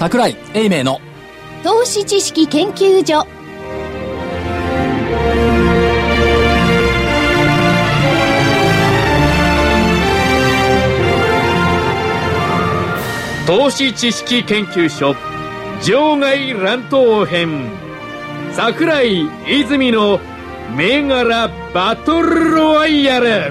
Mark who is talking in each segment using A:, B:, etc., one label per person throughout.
A: 櫻井英明の
B: 投資知識研究所。
C: 投資知識研究所場外乱闘編、櫻井泉の銘柄バトルロワイヤル。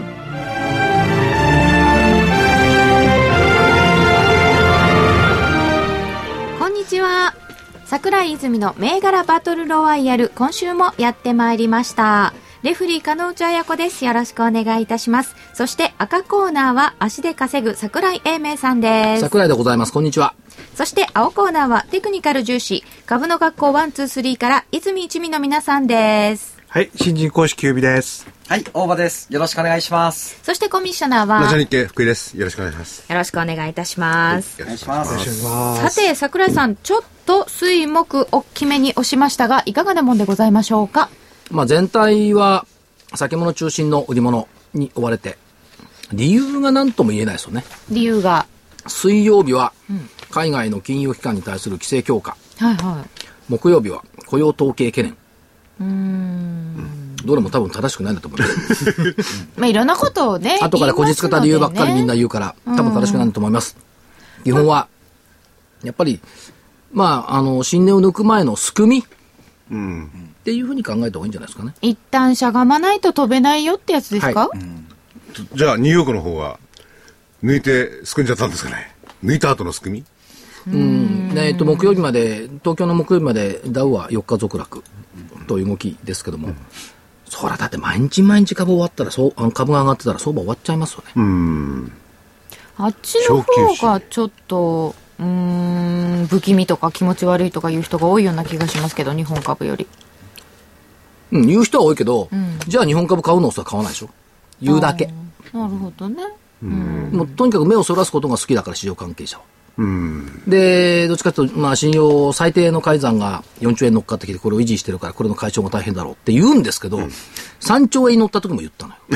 D: こんにちは。櫻井泉の銘柄バトルロワイヤル、今週もやってまいりました。レフリー金内彩子です。よろしくお願いいたします。そして赤コーナーは足で稼ぐ櫻井英明さんです。
A: 櫻井でございます。こんにちは。
D: そして青コーナーはテクニカル重視株の学校123から泉一味の皆さんです。
E: はい、新人講師キュービです。
F: はい、大場です。よろしくお願いします。
D: そしてコミッショナーは
G: ラジオ日経福井です。よろしくお願いします。
D: よろしくお願いいたします。
F: お願いします。
D: さて櫻井さん、ちょっと水木大きめに押しましたが、いかがなもんでございましょうか。
A: 全体は先物中心の売り物に追われて、理由が何とも言えないですよね。
D: 理由が
A: 水曜日は海外の金融機関に対する規制強化、
D: はいはい、
A: 木曜日は雇用統計懸念。どれも多分正しくないんだと思います
D: いろんなことをね、
A: 後からこじつけた理由ばっかりみんな言うから、多分正しくないんだと思います。基本はやっぱり新年を抜く前のすくみ、っていうふうに考えた方がいいんじゃないですかね。
D: 一旦しゃがまないと飛べないよってやつですか、はい。
G: じゃあニューヨークの方は抜いてすくんじゃったんですかね。抜いた後のすくみ。
A: 木曜日まで、東京の木曜日までダウは4日続落という動きですけども、そらだって毎日毎日株終わったら、株が上がってたら相場終わっちゃいますよね。
D: あっちの方がちょっと不気味とか気持ち悪いとかいう人が多いような気がしますけど、日本株より。
A: 言う人は多いけど、じゃあ日本株買うのは買わないでしょ。言うだけ。
D: なるほどね。
A: もうとにかく目をそらすことが好きだから、市場関係者は。でどっちかというと、信用最低の改ざんが4兆円乗っかってきて、これを維持してるからこれの解消も大変だろうって言うんですけど、3兆円に乗った時も言ったのよ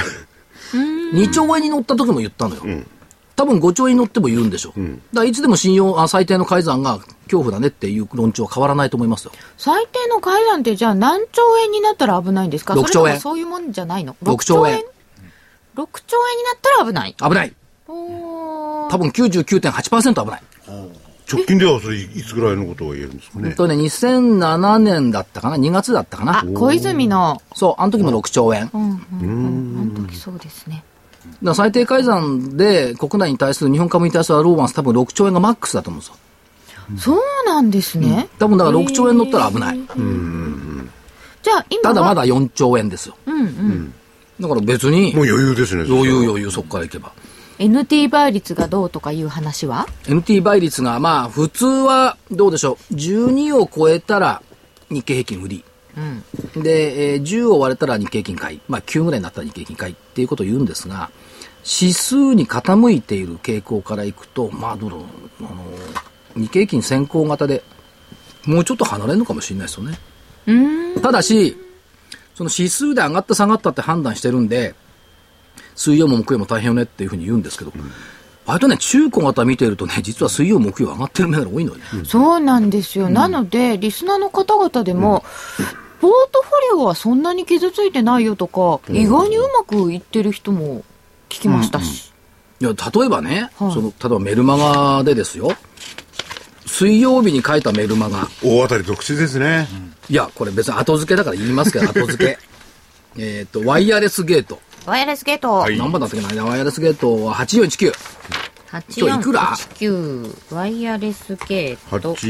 A: 2兆円に乗った時も言ったのよ、多分5兆円に乗っても言うんでしょ、だからいつでも信用最低の改ざんが恐怖だねっていう論調は変わらないと思いますよ。
D: 最低の改ざんってじゃあ何兆円になったら危ないんですか。
A: 6兆円。
D: それともそういうもんじゃないの。
A: 6兆円。
D: 6兆円になったら危ない。
A: 危ない。多分 99.8% 危ない。
G: 直近ではそれいつぐらいのことを言えるんですかね。
A: 2007年だったかな、2月だったかな。
D: 小泉の。
A: そう、あの時も6兆円。
D: あの時そうですね。
A: だから最低改ざんで国内に対する、日本株に対するローマンス多分6兆円がマックスだと思うんですよ。
D: そうなんですね。
A: 多分だから6兆円乗ったら危ない。
D: じゃあ今は
A: ただまだ4兆円ですよ。だから別に
G: もう余裕ですね。
A: 余裕そこからいけば。
D: NT 倍率がどうとかいう話は
A: NT 倍率が普通はどうでしょう。12を超えたら日経平均売り、で、10を割れたら日経平均買い、9ぐらいになったら日経平均買いっていうことを言うんですが、指数に傾いている傾向からいくと、どうだろう、日経平均先行型でもうちょっと離れるのかもしれないですよね。ただしその指数で上がった下がったって判断してるんで、水曜も木曜も大変よねっていうふうに言うんですけど、割とね、中古型見てるとね、実は水曜木曜上がってる銘柄多いのよね。
D: そうなんですよ。なのでリスナーの方々でも、ポートフォリオはそんなに傷ついてないよとか、意外にうまくいってる人も聞きましたし、
A: いや例えばね、例えばメルマガでですよ、水曜日に書いたメルマガ、
G: 大当たり特殊ですね。
A: いやこれ別に後付けだから言いますけど、後付けワイヤレスゲート、
D: ワイヤレスゲート、
A: 何番だったっけな、ワイヤレスゲートは8419。今日いくら
D: 8419ワイヤレスゲート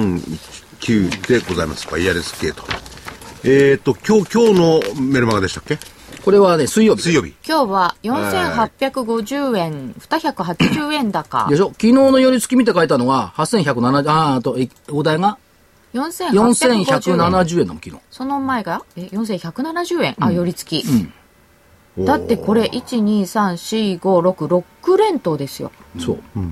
G: 8419でございます。ワイヤレスゲート。今日のメルマガでしたっけ。
A: これはね、水曜日。
D: 今日は4850円、280円高。
A: でしょ。昨日の寄り付き見て書いたのが8170、あと、お題が4170円の昨日。
D: その前が4170円。寄り付き。だってこれ、1、2、3、4、5、6連投ですよ。
A: そう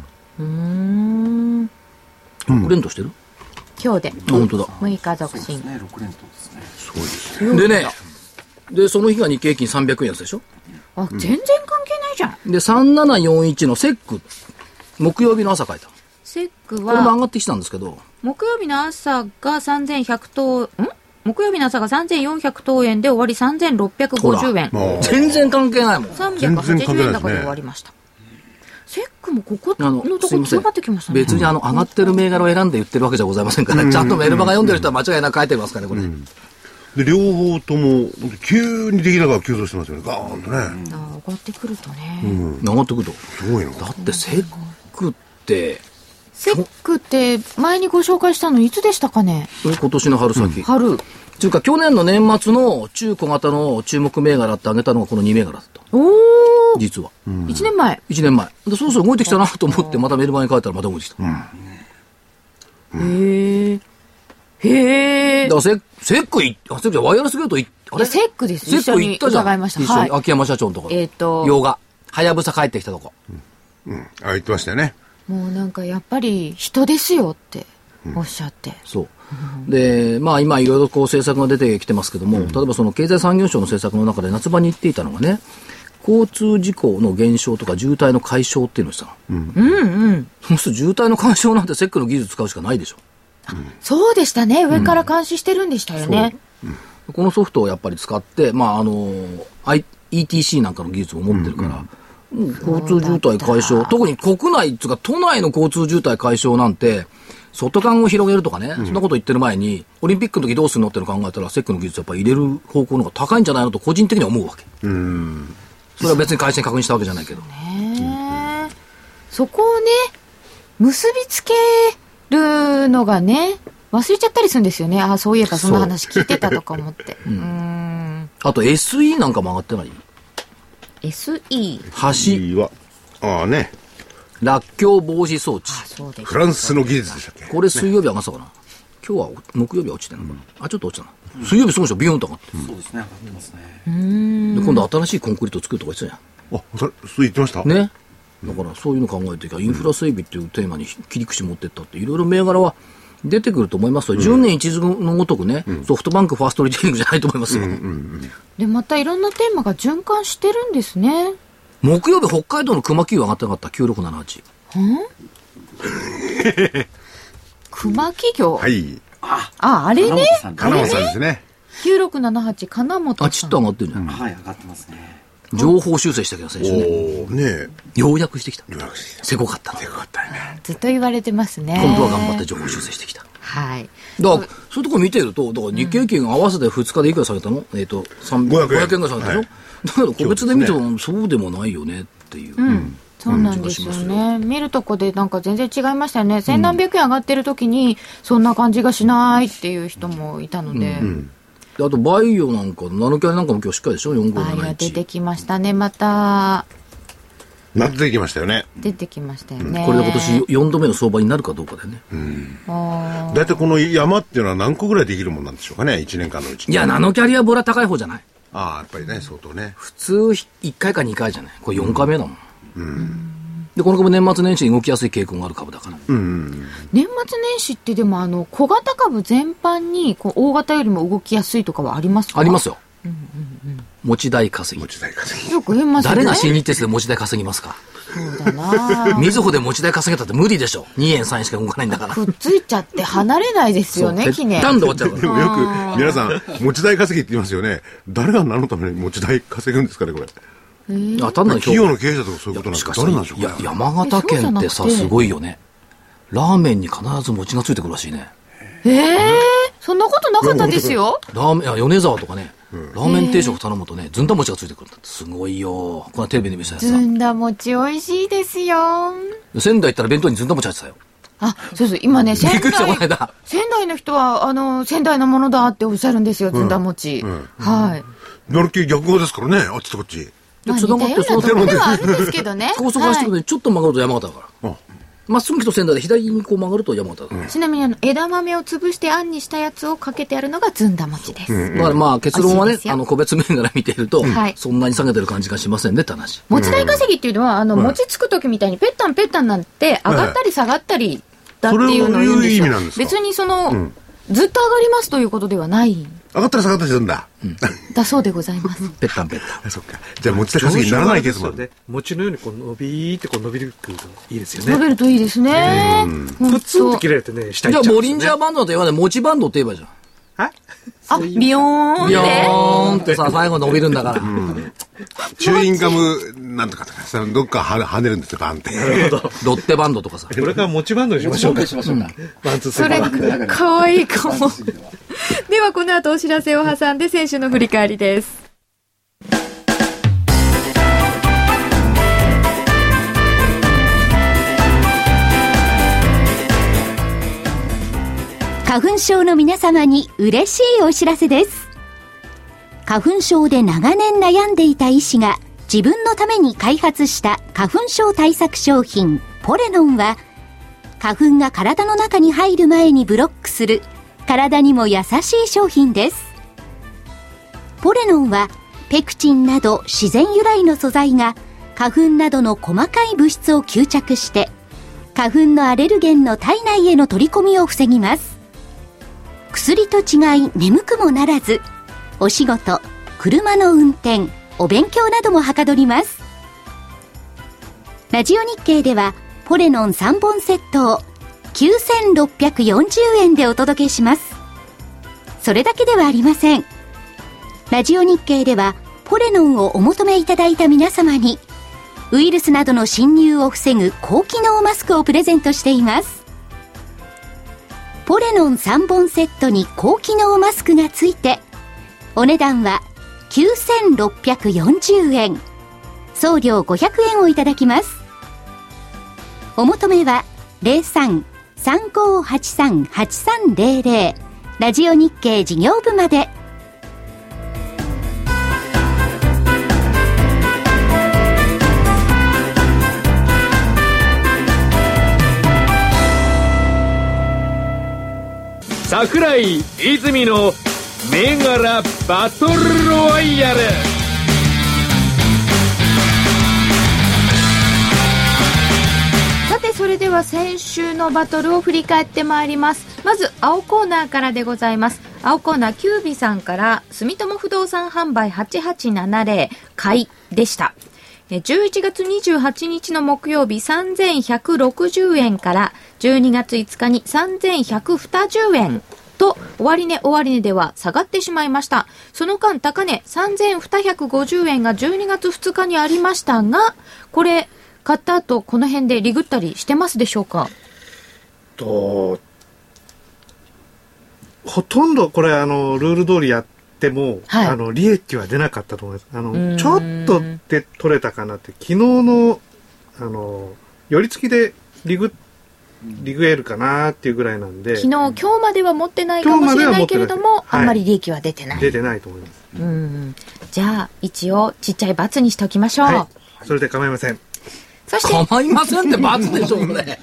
A: 。6連投してる？
D: 今日で。
A: 本当だ。
D: 6日続伸。
F: そうですね、6連投ですね。
G: そうですね。
A: でね、で、その日が日経平均300円でしょ。
D: 全然関係ないじゃん。
A: で、3741のセック、木曜日の朝書いた。
D: セック
A: これも上
D: は
A: がってきたんですけど、
D: 木曜日の朝が3100等木曜日の朝が3400等円で終わり3650円
G: もう
A: 全然関係ないもん。
D: 380円高で終わりました。セックもここのところ強がってきましたね。
A: 別に上がってる銘柄を選んで言ってるわけじゃございませんから、ちゃんとメルマガ読んでる人は間違いなく書いてますからね、これ。
G: で両方とも急に出来高が急増してますよね。ガーンとね。
D: 上がってくるとね。
A: 上がってくると。
G: すごいな。
A: だってセックって、
D: セックって前にご紹介したのいつでしたかね。
A: 今年の春先。
D: 春。
A: というか去年の年末の中小型の注目銘柄って挙げたのがこの2銘柄だった。
D: おー。
A: 実は。
D: 1年前。
A: 1年前。でそろそろ動いてきたなと思ってまたメルマガに書いたらまた動いてきた。
D: へえ。
A: だからセックじゃワイヤレスゲートあれ
D: セックです。
A: セック行ったじゃん。
D: 伺いました。
A: 一緒に秋山社長のところ。洋画。はやぶさ帰ってきたとこ。
G: 言ってましたよね。
D: もうなんかやっぱり人ですよっておっしゃって。
A: そう。で、まあ今いろいろこう政策が出てきてますけども、例えばその経済産業省の政策の中で夏場に言っていたのがね、交通事故の減少とか渋滞の解消っていうのをしたの。そうすると渋滞の解消なんてセックの技術使うしかないでしょ。
D: そうでしたね。上から監視してるんでしたよね。
A: このソフトをやっぱり使って、まあETC なんかの技術も持ってるから、交通渋滞解消、特に国内っていうか都内の交通渋滞解消なんて、外間を広げるとかね、そんなこと言ってる前に、オリンピックの時どうするのっていうのを考えたら、セックの技術やっぱり入れる方向の方が高いんじゃないのと個人的には思うわけ。それは別に会社に確認したわけじゃないけど。
D: そこをね、結びつけるのがね、忘れちゃったりするんですよね。あ、そういえばそんな話聞いてたとか思って。
A: あと SE なんかも上がってない？
D: SE。
A: 橋
G: は、ね。
A: 落橋防止装置。
G: フランスの技術でしたっけ？
A: これ水曜日上がってたかな。今日は木曜日は落ちてるのかな。ちょっと落ちたな。水曜日すごいでしょ、ビヨンと上がって。
F: そうですね、上がってますね。
A: で、今度新しいコンクリート作るとか言ってたじゃん。
G: そう言ってました
A: ね。だからそういうの考えていけば、インフラ整備っていうテーマに切り口持ってったって、いろいろ銘柄は出てくると思いますよ。10年一途のごとくね、ソフトバンクファーストリテイリングじゃないと思いますよ。
D: で、またいろんなテーマが循環してるんですね。
A: 木曜日北海道の熊木上がってなかった？ 9678。
D: 熊企業。
G: はい。
D: あれね。
G: 金本さんですね。
D: 9678金本さん。
A: ちっと上がってるじゃん。
F: はい、上がってますね。
A: 情報修正したけど先週ね。ようやくしてきた。せこかったね。
D: ずっと言われてますね。
A: 今度は頑張って情報修正してきた。
D: はい。
A: だからそういうとこ見てると、だから日経金合わせて2日でいくら下げたの？500円ぐらい下げたでしょ。だけど個別で見てもそうでもないよねっていう。
D: そうなんですよね。見るとこでなんか全然違いましたよね。千何百円上がってる時にそんな感じがしないっていう人もいたので。
A: あとバイオなんかナノキャリなんかも今日しっかりでしょ。4571。
D: バイオ出てきましたね。また
G: 出てきましたよね。
D: 出てきましたよね。
A: これで今年4度目の相場になるかどうかでね。
G: だいたいこの山っていうのは何個ぐらいできるもんなんでしょうかね、1年間のうちに。
A: いや、ナノキャリはボラ高い方じゃない。
G: やっぱりね、相当ね。
A: 普通1回か2回じゃない。これ4回目だもん。で、この株年末年始に動きやすい傾向がある株だから。
D: 年末年始ってでも小型株全般に大型よりも動きやすいとかはありますか？
A: ありますよ。持ち代稼ぎ。
D: よく言いますね。
A: 誰が新日鉄で持ち代稼ぎますか？
D: そうだな。
A: みずほで持ち代稼げたって無理でしょ。2円3円しか動かないんだから。
D: くっついちゃって離れないですよね、記念。
A: ダンで終わっちゃうから。
G: でもよく皆さん持ち代稼ぎって言いますよね。誰が何のために持ち代稼ぐんですかね、これ。
A: 単なる
G: 企業の経営者とかそういうことなんですか？誰なんでしょうか？
A: いや、山形県ってさ、すごいよね。ラーメンに必ず餅がついてくるらしいね。
D: そんなことなかったですよ。
A: 米沢とかね、ラーメン定食頼むとね、ずんだ餅がついてくるんだって。すごいよ。このテレビで見せたやつさ。
D: ずんだ餅美味しいですよ。
A: 仙台行ったら弁当にずんだ餅入ってたよ。
D: そうそう、今ね、仙
A: 台
D: の人は、仙台のものだっておっしゃるんですよ、ずんだ餅。はい。
G: なるき逆側ですからね、あっちとこっち。
A: つながって
D: そうではあるんですけどね。
A: 高速走ってくるのにちょっと曲がると山形だから。まっすぐ来と仙台で左にこう曲がると山形だから。
D: ちなみに枝豆を潰してあんにしたやつをかけてあるのがずんだ餅です。
A: だからまあ結論はね、個別銘柄見てると、そんなに下げてる感じがしませんねって話。
D: 持ち代稼ぎっていうのは、餅つく時みたいにペッタンペッタンなんて上がったり下がったりだっていうのを言うんですよ。別にずっと上がりますということではない。
G: 上がったら下がったりするんだ。
D: だそうでございます。
A: ぺったんぺった。
G: あ、そっか。じゃあ持ち高すぎにならないケースもある。
E: 餅のようにこう伸びーってこう伸びるといいですよね。
D: 伸びるといいですね。
E: プツンって切られてね、下
A: じゃあ、
E: 行っちゃうんですよね。
A: ボリンジャーバンドって言わない、持ちバンドって言えばいいじゃん。
D: あ、ビヨーン
A: ビヨ
D: で。
A: ーンってさ、最後伸びるんだから。
G: チューインガムなんとかとかさ、どっか跳ねるんですよ、バンって。
A: ロッテバンドとかさ。
E: これから持ちバンドにしましょうか。ワンツース
D: それ
E: リー。
D: かわいいかも。ではこの後お知らせを挟んで先週の振り返りです。
B: 花粉症の皆様に嬉しいお知らせです。花粉症で長年悩んでいた医師が自分のために開発した花粉症対策商品ポレノンは、花粉が体の中に入る前にブロックする体にも優しい商品です。ポレノンはペクチンなど自然由来の素材が花粉などの細かい物質を吸着して花粉のアレルゲンの体内への取り込みを防ぎます。薬と違い眠くもならず、お仕事、車の運転、お勉強などもはかどります。ラジオ日経ではポレノン3本セットを9640円でお届けします。それだけではありません。ラジオ日経ではポレノンをお求めいただいた皆様にウイルスなどの侵入を防ぐ高機能マスクをプレゼントしています。ポレノン3本セットに高機能マスクがついて、お値段は9640円。送料500円をいただきます。お求めは 03-3583-8300 ラジオ日経事業部まで。
C: 桜井泉の銘柄バトルロワイヤル。
D: さてそれでは先週のバトルを振り返ってまいります。まず青コーナーからでございます。青コーナーキュービさんから住友不動産販売8870買いでした。11月28日の木曜日3160円から12月5日に3120円と終値では下がってしまいました。その間高値3250円が12月2日にありましたが、これ買った後この辺でリグったりしてますでしょうか？
E: ほとんどこれルール通りやっても、はい、利益は出なかったと思います。ちょっとで取れたかなって、昨日の寄り付きでリグえるかなっていうぐらいなんで、
D: 今日までは持ってないかもしれないけれども、あんまり利益は出てない。
E: 出てないと思います。
D: じゃあ一応ちっちゃい×にしておきましょう。
E: はい、それで構いません。
D: そして
A: 構いませんって×でしょうね。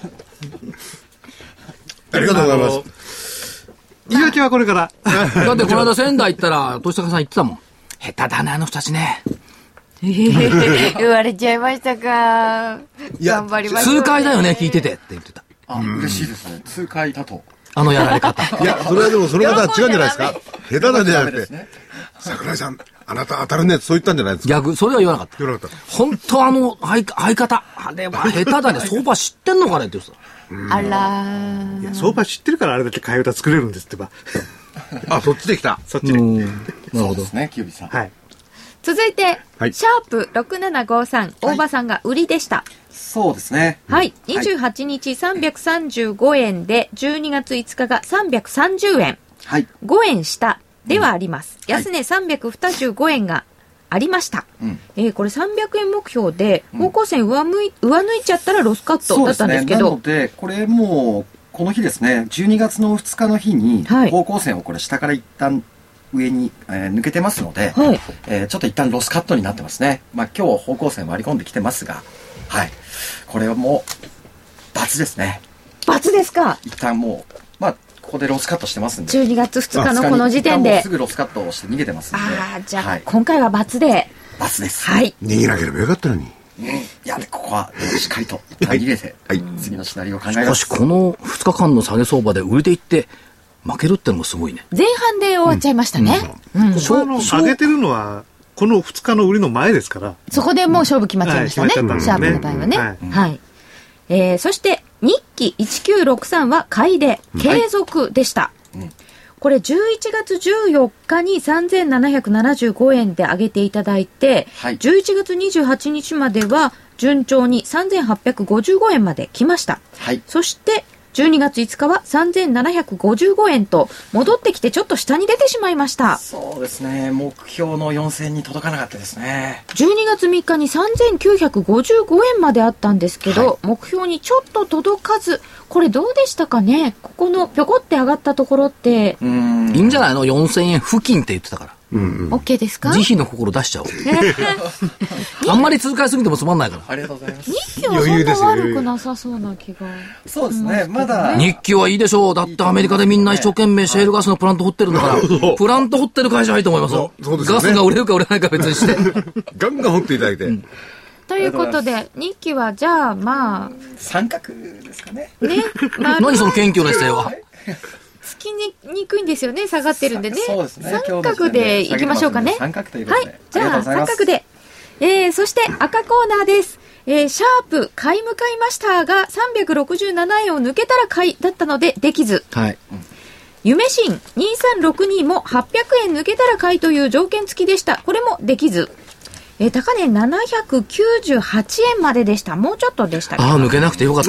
G: ありがとうございます。
E: 言い訳はこれから。
A: だってこの間仙台行ったら、豊坂さん言ってたもん。下手だね、あの人たちね。
D: 言われちゃいましたか。頑張りましょう、ね。
A: 痛快だよね、聞いててって言ってた。
F: 嬉しいですね。痛快だと。
A: やられ方。
G: いや、それはでもその方は違うんじゃないですか。下手なんじゃなくて。桜井さん、あなた当たるねってそう言ったんじゃないですか。
A: 逆、それは言わなかった。
G: 言わなかった。
A: 本当相方、あれは下手だね。相場知ってんのかねって言ってた。
D: あらー。
E: いや、相場知ってるからあれだけ替え歌作れるんですってば。
G: そっちで来た。
E: そっちで。
A: なるほど。
F: そうですね、キュービさん。
E: はい。
D: 続いて、
G: はい、
D: シャープ6753、大場さんが売りでした。
F: そうですね。
D: はい。28日335円で、12月5日が330円。
F: はい。
D: 5円下ではあります。安値325円がありました。これ300円目標で、方向線上抜いちゃったらロスカットだったんですけど。
F: なので、これもう、この日ですね、12月の2日の日に、方向線をこれ下から一旦上に、抜けてますので、はい、ちょっと一旦ロスカットになってますね。今日方向線割り込んできてますが、はい。これはもう、×ですね。
D: ×ですか？
F: 一旦もう、ここでロスカットしてますんで。
D: 12月2日のこの時点で。
F: すぐロスカットをして逃げてますんで。
D: じゃあ、今回は×で。
F: ×です。
D: はい。
G: 逃げなければよかったのに。
F: いや、ここはしっかりと一旦逃げて、次のシナリオを考えます。
A: しかし、この2日間の下げ相場で売れていって、 負けるってのもすごいね。
D: 前半で終わっちゃいましたね。
E: 上げてるのは、この2日の売りの前ですから。
D: そこでもう勝負決まっちゃいましたね。シャープの場合はね。はい。そして、日記1963は買いで継続でした。これ11月14日に3775円で上げていただいて、11月28日までは順調に3855円まで来ました。そして12月5日は3755円と戻ってきてちょっと下に出てしまいました。
F: そうですね。目標の4000に届かなかったですね。
D: 12月3日に3955円まであったんですけど、目標にちょっと届かず、これどうでしたかね。ここのぴょこって上がったところってい
A: いんじゃないの。4000円付近って言ってたから。
D: OK ですか。
A: 慈悲の心出しちゃおう。あんまり続かりすぎてもつまんないから。
F: ありがとうございます。
D: 日記はそんな悪くなさそうな気が。
F: そうですね。まだ
A: 日記はいいでしょう。だってアメリカでみんな一生懸命シェールガスのプラント掘ってるんだから、プラント掘ってる会社はいいと思いますよ。ガスが売れるか売れないか別にして。
G: ガンガン掘っていただいて。
D: ということで、日記はじゃあまあ
F: 三角ですかね。
A: 何その謙虚な姿勢は。
D: つきにくいんですよね。下がってるんでね。
F: そうですね。
D: 三角でいきましょうかね。
F: 三角ということで。はい。
D: じゃあ三角で。そして赤コーナーです。シャープ買い向かいましたが367円を抜けたら買いだったのでできず。
A: はい。
D: 夢新2362も800円抜けたら買いという条件付きでした。これもできず。高値798円まででした。もうちょっとでしたけど。
A: ああ、抜けなくてよかった。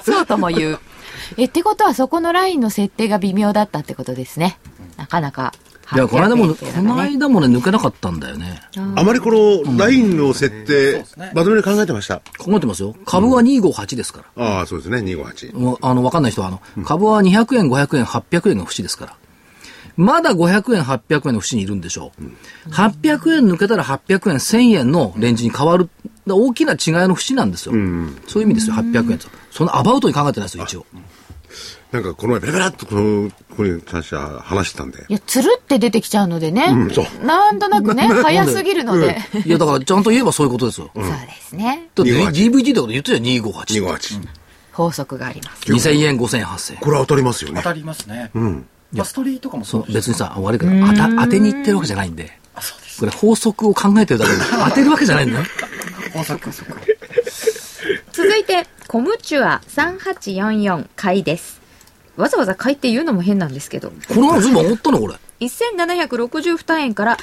D: そうとも言う。ってことはそこのラインの設定が微妙だったってことですね。なかなか。
A: いや、この間もね、抜けなかったんだよね。
G: あまりこのラインの設定、まとめに考えてました。
A: 考えてますよ。株は258ですから。
G: ああ、そうですね、258。
A: わかんない人は、株は200円、500円、800円が節ですから。まだ500円、800円の節にいるんでしょう。800円抜けたら800円、1000円のレンジに変わる。大きな違いの節なんですよ。そういう意味ですよ、800円と。そのアバウトに考えてないですよ、一応。
G: なんかこの前ベラベラっとここに関しては話してたんで。
D: いや、つるって出てきちゃうのでね。なんとなくね、早すぎるので。
A: いや、だからちゃんと言えばそういうことですよ。
D: そうですね。
A: DVD とかで言ってたよ、258。
G: 258。
D: 法則があります。
A: 2000円、5000円、8000円。
G: これは当たりますよね。
F: 当たりますね。パストリーとかも
A: そう。別にさ、悪いけど、当てに行ってるわけじゃないんで。
F: そうです。
A: これ法則を考えてるだけで当てるわけじゃないんだよ。
F: 法則、そうか。
D: 続いて、コムチュア3844買いです。わざわざ買いって言うのも変なんですけど。
A: これはずいぶん上がったのこれ。
D: 1762円から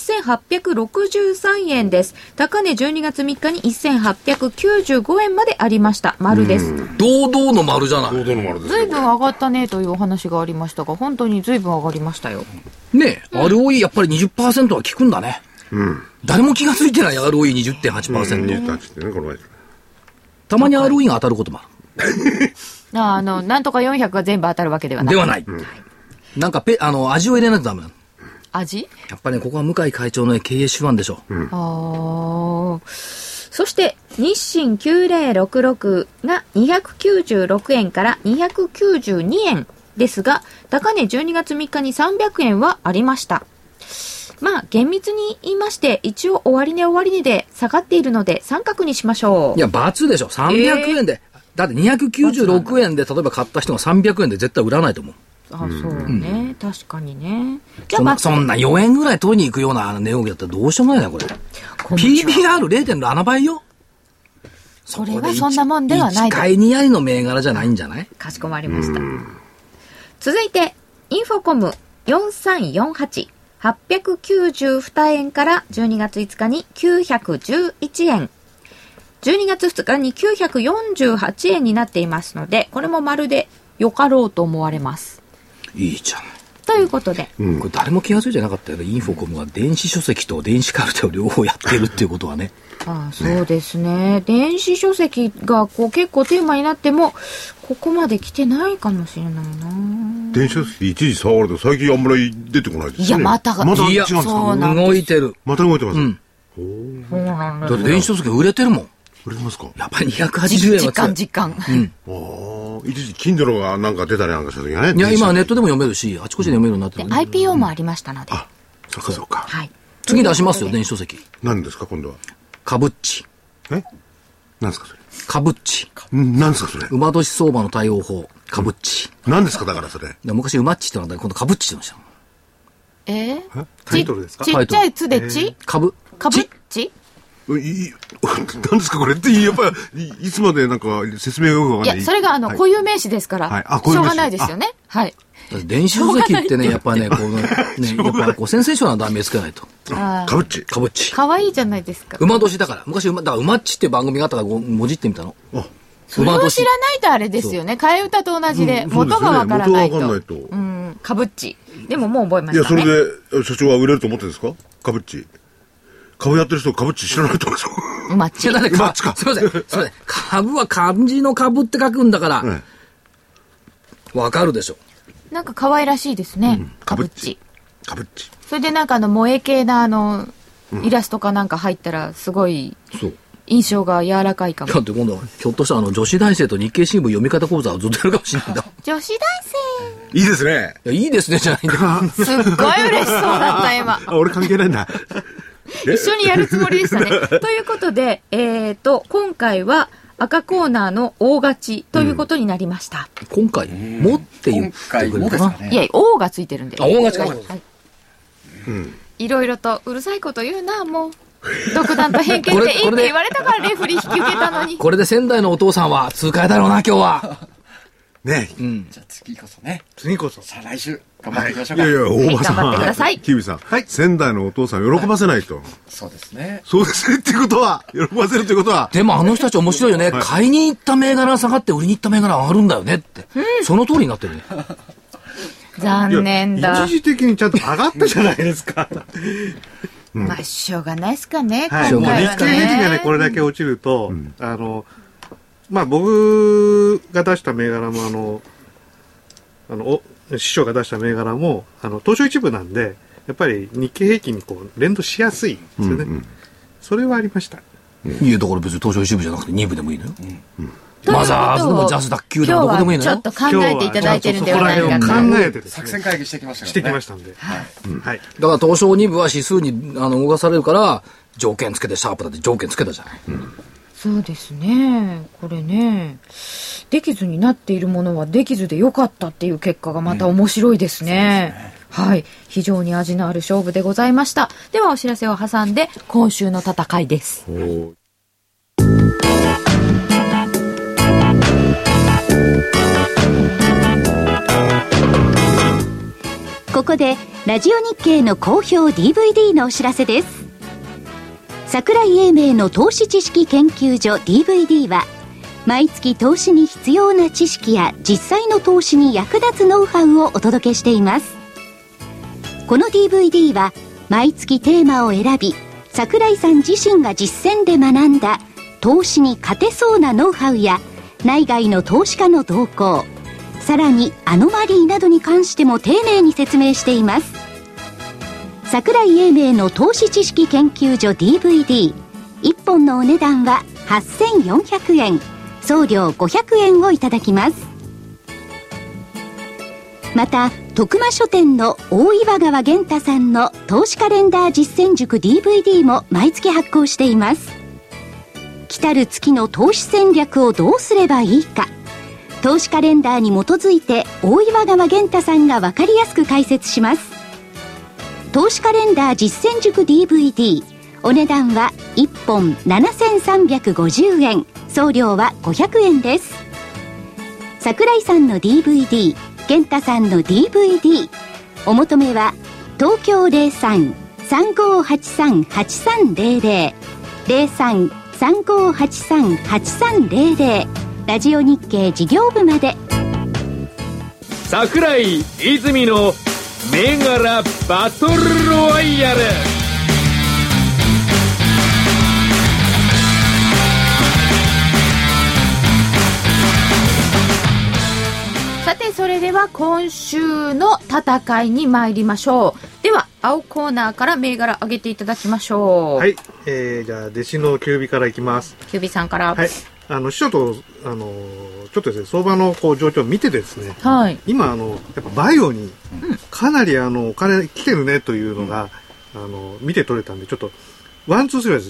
D: 1863円です。高値12月3日に1895円までありました。丸です。
A: 堂々の丸じゃない。
G: 堂々の丸です。
D: ずいぶん上がったねというお話がありましたが、本当にずいぶん上がりましたよ。
A: ねえ、ROE やっぱり 20% は効くんだね。誰も気がついてない ROE20.8%。たまに ROE が当たることもある。
D: なんとか400が全部当たるわけではない。
A: ではない。なんか味を入れないとダメなの。
D: 味？
A: やっぱりね、ここは向井会長の経営手腕でしょう。
D: そして、日清9066が296円から292円ですが、高値12月3日に300円はありました。まあ、厳密に言いまして、一応終値で下がっているので、三角にしましょう。
A: いや、×でしょ。300円で。だって296円で例えば買った人が300円で絶対売らないと思う。
D: そうね、確かにね。
A: じゃあそんな4円ぐらい取りに行くような値動きだったらどうしようもないな、これ。PBR0.7 倍よ。
D: それはそんなもんではないと。
A: 1回2割の銘柄じゃないんじゃない？
D: かしこまりました。続いて、インフォコム4348。892円から12月5日に911円。12月2日に948円になっていますので、これもまるでよかろうと思われます。
A: いいじゃん。
D: ということで。
A: これ誰も気が付いてなかったよね。インフォコムは電子書籍と電子カルテを両方やってるっていうことはね。
D: そうですね。電子書籍が結構テーマになっても、ここまで来てないかもしれないな。
G: 電子書籍一時触ると最近あんまり出てこないですね。
D: いや、また違うん
A: ですか。動いてる。
G: また動いてます。
D: そうなんですよ。
A: だって電子書籍売れてるもん。
G: 売れてますか？
A: やっぱり280円は
D: 実感。
G: 一時 Kindle がなんか出たりなんかした時はね。
A: いや、今はネットでも読めるし、あちこちで読めるようになってる。
D: IPO もありましたので。
G: そっかそっか。
D: はい。
A: 次出しますよ、電子書籍。
G: 何ですか、今度は。
A: カブッチ。
G: 何ですかそれ。
A: 株っち。
G: 何ですかそれ。
A: 馬年相場の対応法、株っち。
G: 何ですかだからそれ。
A: 昔馬っちってのが今度株っちって言いました。
E: タイトルですか？
D: ちっちゃいつでち？
A: 株っ
D: ち？
G: 何ですかこれって、やっぱり、いつまでなんか説明がよくわかんない。
D: いや、それが固有名詞ですから、
G: はい、
D: しょうがないですよね。はい。
A: 電子書籍ってね、やっぱね、こうね、やっぱこうセンセーショナルな題名つけないと。
G: かぶっち。
A: かぶっち。
D: かわいいじゃないですか。
A: 馬年だから。昔だから馬っちっていう番組があったからもじってみたの。
D: それを知らないとあれですよね。替え歌と同じで、元がわからないと。
G: 元がわかんないと。
D: うん、かぶっち。でももう覚えましたね。
G: いや、それで、社長は売れると思ってるんですかかぶっち。株やってる人、株っち知らないと思うんですよ。
D: 馬っち。
G: 馬っちか。
A: すいません。株は漢字の株って書くんだから、わかるでしょ。
D: なんか可愛らしいですね。かぶっち。
G: かぶっち。
D: それでなんか萌え系なイラストかなんか入ったら、すごい、印象が柔らかいかも。
A: だって今度は、ひょっとしたら女子大生と日経新聞読み方講座をずっとやるかもしれないんだ。
D: 女子大
G: 生いいですね。
A: いいですね、じゃないんだ。
D: すっごい嬉しそうだった、今。
G: 俺関係ないんだ。
D: 一緒にやるつもりでしたね。ということで、今回は赤コーナーの大勝ちということになりました。
A: 今回、もって言ってくれるかな。
D: いや、大がついてるんで。
A: 大勝ちか。
D: はい。いろいろとうるさいこと言うな、もう。独断と偏見でいいって言われたからレフリー引き受けたのに。
A: これで仙台のお父さんは痛快だろうな、今日は。
F: ねえ。じゃあ次こそね。
E: 次こそ。
F: さあ来週、頑張っていきましょうか。
G: いやいや、大場さん。
D: 頑張ってください。
G: キウイさん。仙台のお父さん喜ばせないと。
F: そうですね。
G: そうですねってことは、喜ばせるってことは。
A: でもあの人たち面白いよね。買いに行った銘柄下がって売りに行った銘柄上がるんだよねって。その通りになってるね。
D: 残念だ。
E: 一時的にちゃんと上がったじゃないですか。
D: まあ、しょうがないですかね。
E: はい。もう日経平均がね、これだけ落ちると、まあ僕が出した銘柄も師匠が出した銘柄も、東証一部なんで、やっぱり日経平均にこう連動しやすいですよね。それはありました。
A: いや、だから別に東証一部じゃなくて2部でもいいのよ。マザーズでもジャスダッキューでもどこでもいいのよ。
D: 今日はちょっと考えていただいてるんではないかと。
E: 考えて
F: 作戦会議してきました
E: してきましたんで。
A: はい。だから東証2部は指数に動かされるから、条件つけてシャープだって条件つけたじゃない。
D: そうですね。これね、できずになっているものはできずでよかったっていう結果がまた面白いですね。はい。非常に味のある勝負でございました。ではお知らせを挟んで、今週の戦いです。
B: ここでラジオ日経の好評 DVD のお知らせです。桜井英明の投資知識研究所 DVD は毎月投資に必要な知識や実際の投資に役立つノウハウをお届けしています。この DVD は毎月テーマを選び、桜井さん自身が実践で学んだ投資に勝てそうなノウハウや内外の投資家の動向、さらにアノマリーなどに関しても丁寧に説明しています。桜井英明の投資知識研究所 DVD1 本のお値段は8400円、送料500円をいただきます。また徳間書店の大岩川源太さんの投資カレンダー実践塾 DVD も毎月発行しています。来たる月の投資戦略をどうすればいいか、投資カレンダーに基づいて大岩川源太さんが分かりやすく解説します。投資カレンダー実践塾 DVD、 お値段は1本7350円、送料は500円です。桜井さんの DVD、 源太さんの DVD、 お求めは東京 03-3583-8300 03-3583-8300 ラジオ日経事業部まで。
C: 桜井泉の銘柄バトルロワイヤル。
D: さて、それでは今週の戦いに参りましょう。では青コーナーから銘柄上げていただきましょう。
E: はい。じゃあ弟子のキュービからいきます。
D: キュービさんから。
E: はい。師匠とちょっとですね、相場のこう状況を見てですね、
D: はい、
E: 今やっぱバイオにかなりお金来てるねというのが、見て取れたんで、ちょっとワンツースリーはですね、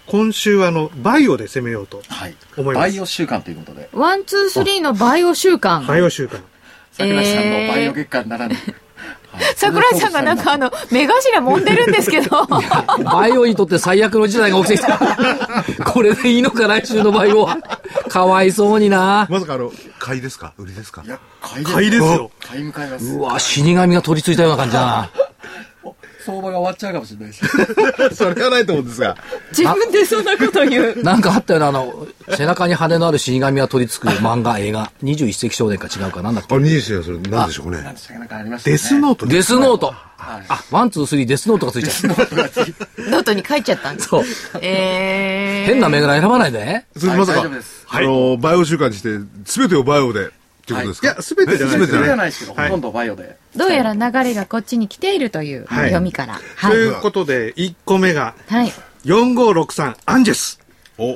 E: 今週はバイオで攻めようと思います。
F: バイオ週間ということで。
D: ワン、ツー、スリーのバイオ週間。
E: バイオ週間。
F: 桜井さんのバイオ月間ならぬ。
D: 桜井さんがなんか目頭揉んでるんですけど。
A: バイオにとって最悪の事態が起きてきた。これでいいのか、来週のバイオは。かわいそうにな。
G: まさか買いですか売りですか？
F: いや、
E: 買いですよ。
F: 買い向かいます。
A: うわ、死神が取り付いたような感じだな。
F: 相場が終わっちゃうかもしれないです。
G: それはないと思うんですが。
D: 自分でそんなこと言う。
A: なんかあったよな、背中に羽のある死神が取り付く漫画、映画。21世紀少年か違うかなんだっけ。
G: 21世紀それ何でしょうね。
F: なんかありましたね。
E: デスノート
A: デスノート。ワン、ツー、スリー、デスノートがついちゃう。
D: ノートに書いちゃったんです。
A: そう。変な銘柄選ばないで。
G: それまさか、バイオ週間にして、すべてをバイオで。ってことですか？
E: いや、すべてじゃないです。
F: すべてじゃないですけど、ほとんどバイオで。
D: どうやら流れがこっちに来ているという読みから。
E: ということで、1個目が、
D: はい。
E: 4563アンジェス。
F: はい。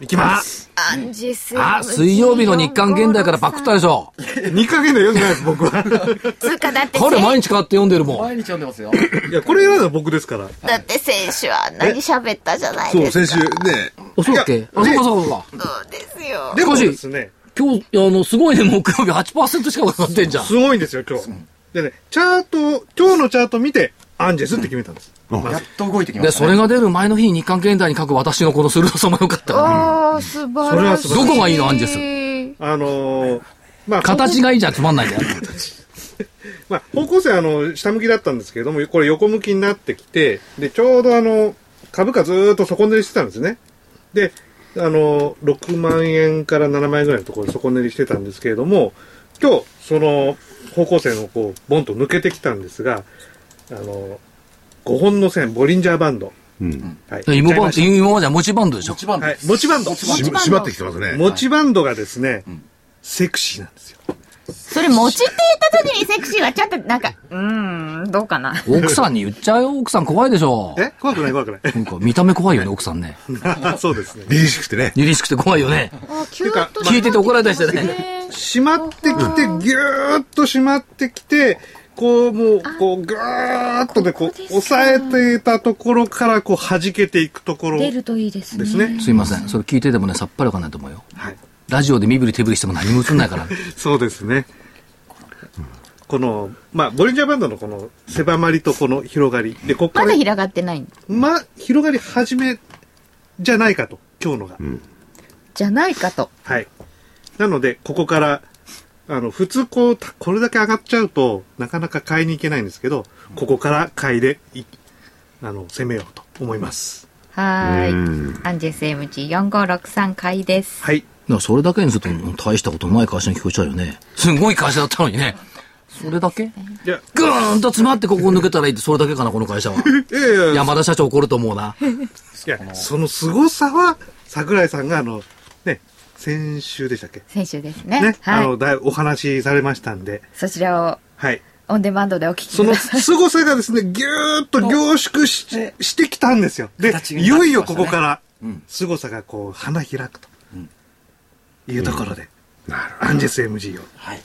E: いきます。
D: アンジェス。
A: 水曜日の日刊現代からパクったでしょ。
E: 日刊現代読んでないです、僕は。
D: つうかだって。
A: 彼毎日買って読んでるもん。
F: 毎日読んでますよ。
E: いや、これ読んだのは僕ですから。
D: だって先週あんなに喋ったじゃないですか。
G: そう、先週ね。
A: あ、そうだっけ？あ、そうかそうか。
D: そうですよ。
E: でもですね。
A: 今日、すごいね、木曜日 8% しかかかってんじゃん。
E: すごいんですよ、今日。でね、今日のチャート見て、アンジェスって決めたんです。
F: やっと動いてきました。
A: で、それが出る前の日に日刊現代に書く私のこの鋭さも良かったから。
D: ああ、素晴らしい。
A: どこがいいの、アンジェス。形がいいじゃつまんないんだよ。
E: まあ、方向性下向きだったんですけれども、これ横向きになってきて、で、ちょうど株価ずーっと底練りしてたんですね。で、6万円から7万円ぐらいのところで底練りしてたんですけれども、今日、その方向線をボンと抜けてきたんですが、5本の線、ボリンジャーバンド。
A: はい。今までは持ちバンドでしょ。
F: 持ちバンド。
E: はい。持ちバンド。
G: 締まってきてますね。
E: 持ちバンドがですね、セクシーなんですよ。
D: それ持ちって言った時にセクシーはちょっとなんか、どうかな。
A: 奥さんに言っちゃうよ。奥さん怖いでしょ。
E: 怖くない怖くない。
A: なんか見た目怖いよね、奥さんね。
E: そうですね。
G: 凛々しくてね。
A: 凛々しくて怖いよね。聞いてて怒られたりしてね。
E: 締まってきて、ぎゅーっと締まってきて、もう、ぐーっとで、押さえていたところから、弾けていくところ。
D: 出るといいですね。
A: すいません。それ聞いててもね、さっぱりわかんないと思うよ。はい。ラジオで身振り手振りしても何も映んないから。
E: そうですね。ボリンジャーバンドのこの狭まりとこの広がり。で、ここから。
D: まだ広がってない
E: 広がり始めじゃないかと、今日のが。
D: じゃないかと。
E: はい。なので、ここから、普通これだけ上がっちゃうと、なかなか買いに行けないんですけど、ここから買いで、攻めようと思います。
D: アンジェス MG4563 買いです。
E: はい。
A: それだけにすると大したことない会社に聞こえちゃうよね。すごい会社だったのにね。それだけぐーんと詰まってここ抜けたらいいって、それだけかな、この会社は。山田社長怒ると思うな。
E: いや、その凄さは、桜井さんが先週でしたっけ？
D: 先週ですね。
E: はい。だいぶお話しされましたんで。
D: そちらを。はい。オンデマンドでお聞き
E: ください。その凄さがですね、ぎゅーっと凝縮してきたんですよ。で、いよいよここから、凄さが花開くというところで、アンジェス MG を。はい。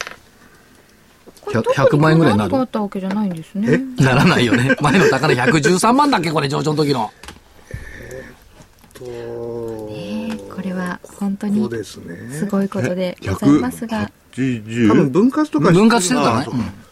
A: 100万円ぐらいになる。
D: 何があったわけじゃないんですね。
A: ならないよね。前の高値113万だっけ、これ上場の時の。
D: これは本当にすごいことでございますが、
E: 多分分割とか
A: 分割してたね。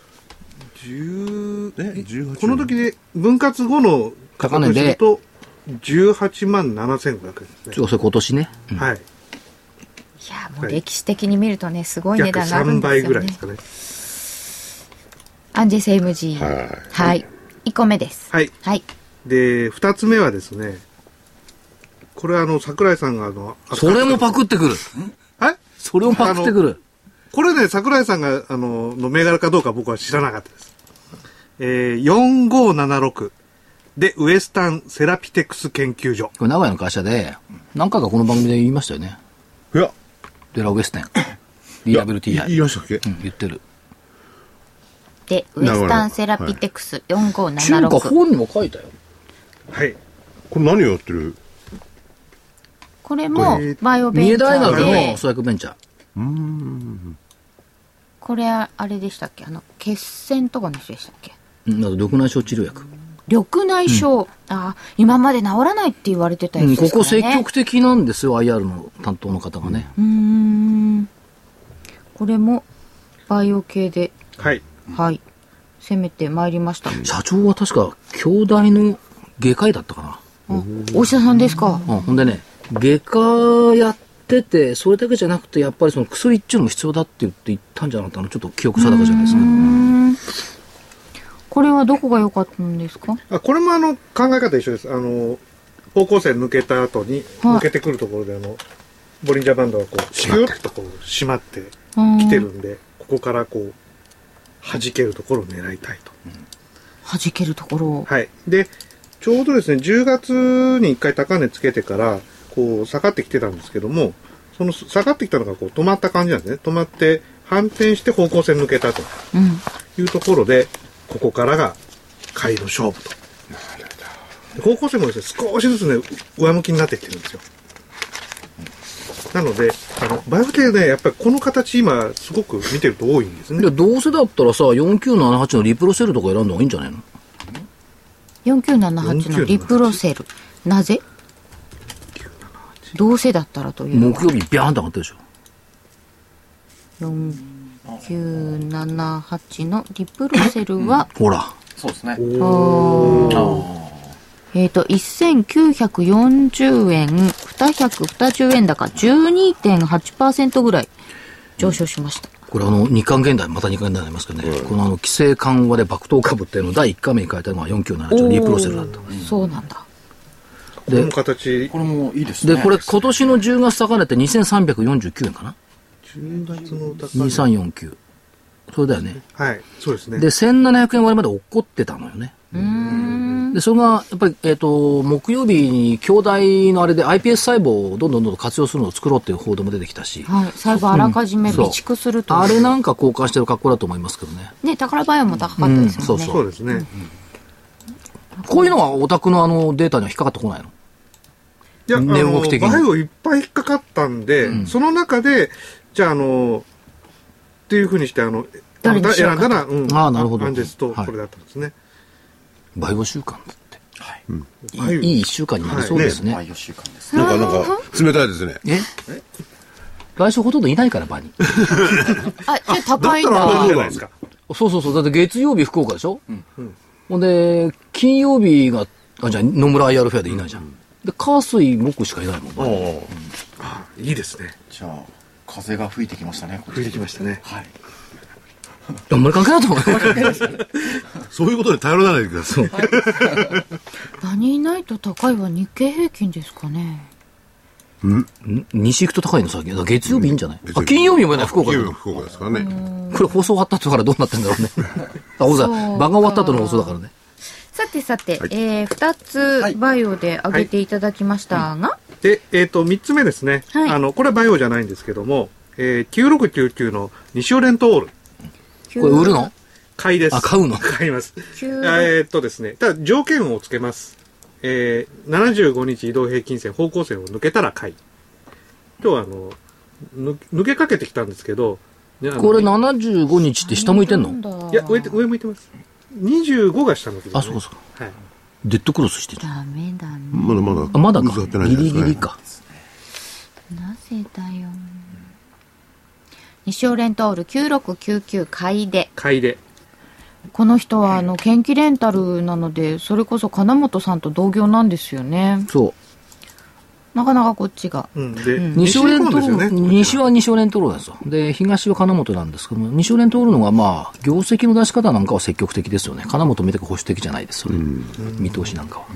E: この時で分割後の
A: 高値で
E: と18万7500円ですね。
A: それ今年ね。
E: はい。
D: いやもう歴史的に見るとね、すごい値段があるんですよね。
E: 約3倍ぐらいですかね。
D: アンジェス MG。はい。1個目です。
E: はい。はい。で、2つ目はですね、これは桜井さんが
A: それもパクってくる。それもパクってくる。
E: これね、桜井さんが、の銘柄かどうか僕は知らなかったです。4576で、ウエスタンセラピテクス研究所。
A: これ名古屋の会社で、何回かこの番組で言いましたよね。
G: いや。
A: デラウエステン。DWTI。
G: 言いましたっけ？
A: 言ってる。
D: で、ウエスタンセラピテクス4576。
A: 中華本にも書いたよ。
E: はい。
G: これ何をやってる？
D: これもバイオベンチャーで。
A: 三重大学の創薬ベンチャー。
D: これあれでしたっけ？血栓とかの人でしたっけ？
A: 緑内障治療薬。
D: 緑内障、今まで治らないって言われてたやつですからね。
A: ここ積極的なんですよ、IR の担当の方がね。
D: これもバイオ系で、
E: はい。
D: はい。攻めてまいりました。
A: 社長は確か、京大の外科医だったかな。
D: お医者さんですか。
A: ほんでね、外科やってて、それだけじゃなくて、やっぱりその薬っていうのも必要だって言ったんじゃなかったの、ちょっと記憶定かじゃないですね。
D: これはどこが良かったんですか？
E: これも考え方一緒です。方向線抜けた後に、抜けてくるところでボリンジャーバンドがこう、シュッとこう、締まってきてるんで、ここからこう、弾けるところを狙いたいと。
D: 弾けるところを。
E: はい。で、ちょうどですね、10月に1回高値つけてから、こう、下がってきてたんですけども、その下がってきたのがこう止まった感じなんですね。止まって、反転して方向線抜けたというところで、ここからが買いの勝負と。方向線もですね、少しずつね、上向きになってきてるんですよ。なので、バイオ系ね、やっぱりこの形今、すごく見てると多いんですね。
A: どうせだったらさ、4978のリプロセルとか選んだ方がいいんじゃないの？
D: 4978のリプロセル。なぜ？どうせだったらというのは。
A: 木曜日ビャーンと上がってるでしょ。
D: 4978のリプロセルは、
A: ほら。
F: そうですね。
D: 1940円、220円高、12.8% ぐらい上昇しました。
A: これ日韓現代、また日韓現代になりますけどね、この規制緩和で爆投株っていうのを第1回目に書いたのが4978のリプロセルだった。
D: そうなんだ。
E: で、この形。
F: これもいいですね。
A: で、これ今年の10月高値って2349円かな？
E: 10月の高値。
A: 2349。それだよね。
E: はい、そうですね。
A: で、1700円割まで落っこってたのよね。で、それが、やっぱり、木曜日に京大のあれで iPS 細胞をどんどん活用するのを作ろうっていう報道も出てきたし。
D: はい。細胞あらかじめ備蓄すると。
A: あれなんか交換してる格好だと思いますけどね。
D: ね、宝バイオも高かったですよね。
E: そうですね。
A: こういうのはオタクのデータには引っかかってこないの？
E: いや、
A: 念動的に
E: バイオいっぱい引っかかったんで、その中で、じゃあっていうふうにして、選んだら、
A: なるほど。
E: アンデスとこれだったんですね。
A: バイオ週間だって。はい。いい1週間になりそうですね。
F: バイオ週間です。
G: なんか、冷たいですね。
A: 来週ほとんどいないから、場に。
D: じゃあ高いんだ。
E: じゃないですか。
A: そう。だって月曜日福岡でしょ？ほんで、金曜日が、じゃあ野村 IR フェアでいないじゃん。で、火水木しかいないもん。
E: いいですね。
F: じゃあ、風が吹いてきましたね。
E: 吹いてきましたね。
F: はい。
A: あんまり関係ないと思う。
G: そういうことで頼らないでください。
D: 何いないと高いは日経平均ですかね。
A: 西行くと高いのさ、月曜日いいんじゃない？金曜日もね、福岡
G: 金曜日福岡ですからね。
A: これ放送終わった後からどうなってんだろうね。場が終わった後の放送だからね。
D: さて、2つバイオで挙げていただきましたが。
E: で、3つ目ですね。これはバイオじゃないんですけども、9699の西オレントオール。
A: これ売るの？
E: 買いです。
A: 買うの？
E: 買います。ですね、ただ条件をつけます。75日移動平均線、方向線を抜けたら買い。今日は抜けかけてきたんですけど、
A: これ75日って下向いてんの？
E: いや、上向いてます。25が下向きです、ね。
A: そうか。はい。デッドクロスしてる。
D: ダメだね。
A: まだか。ギリギリか。
D: なぜだよ。西オレントール9699買いで。この人は研究レンタルなので、それこそ金本さんと同業なんですよね。
A: そう。
D: なかなかこっちが。
A: 西オレントール、西は西オレントールですよ。で、東は金本なんですけども、西オレントールのが業績の出し方なんかは積極的ですよね。金本見て保守的じゃないですよね。見通しなんかは。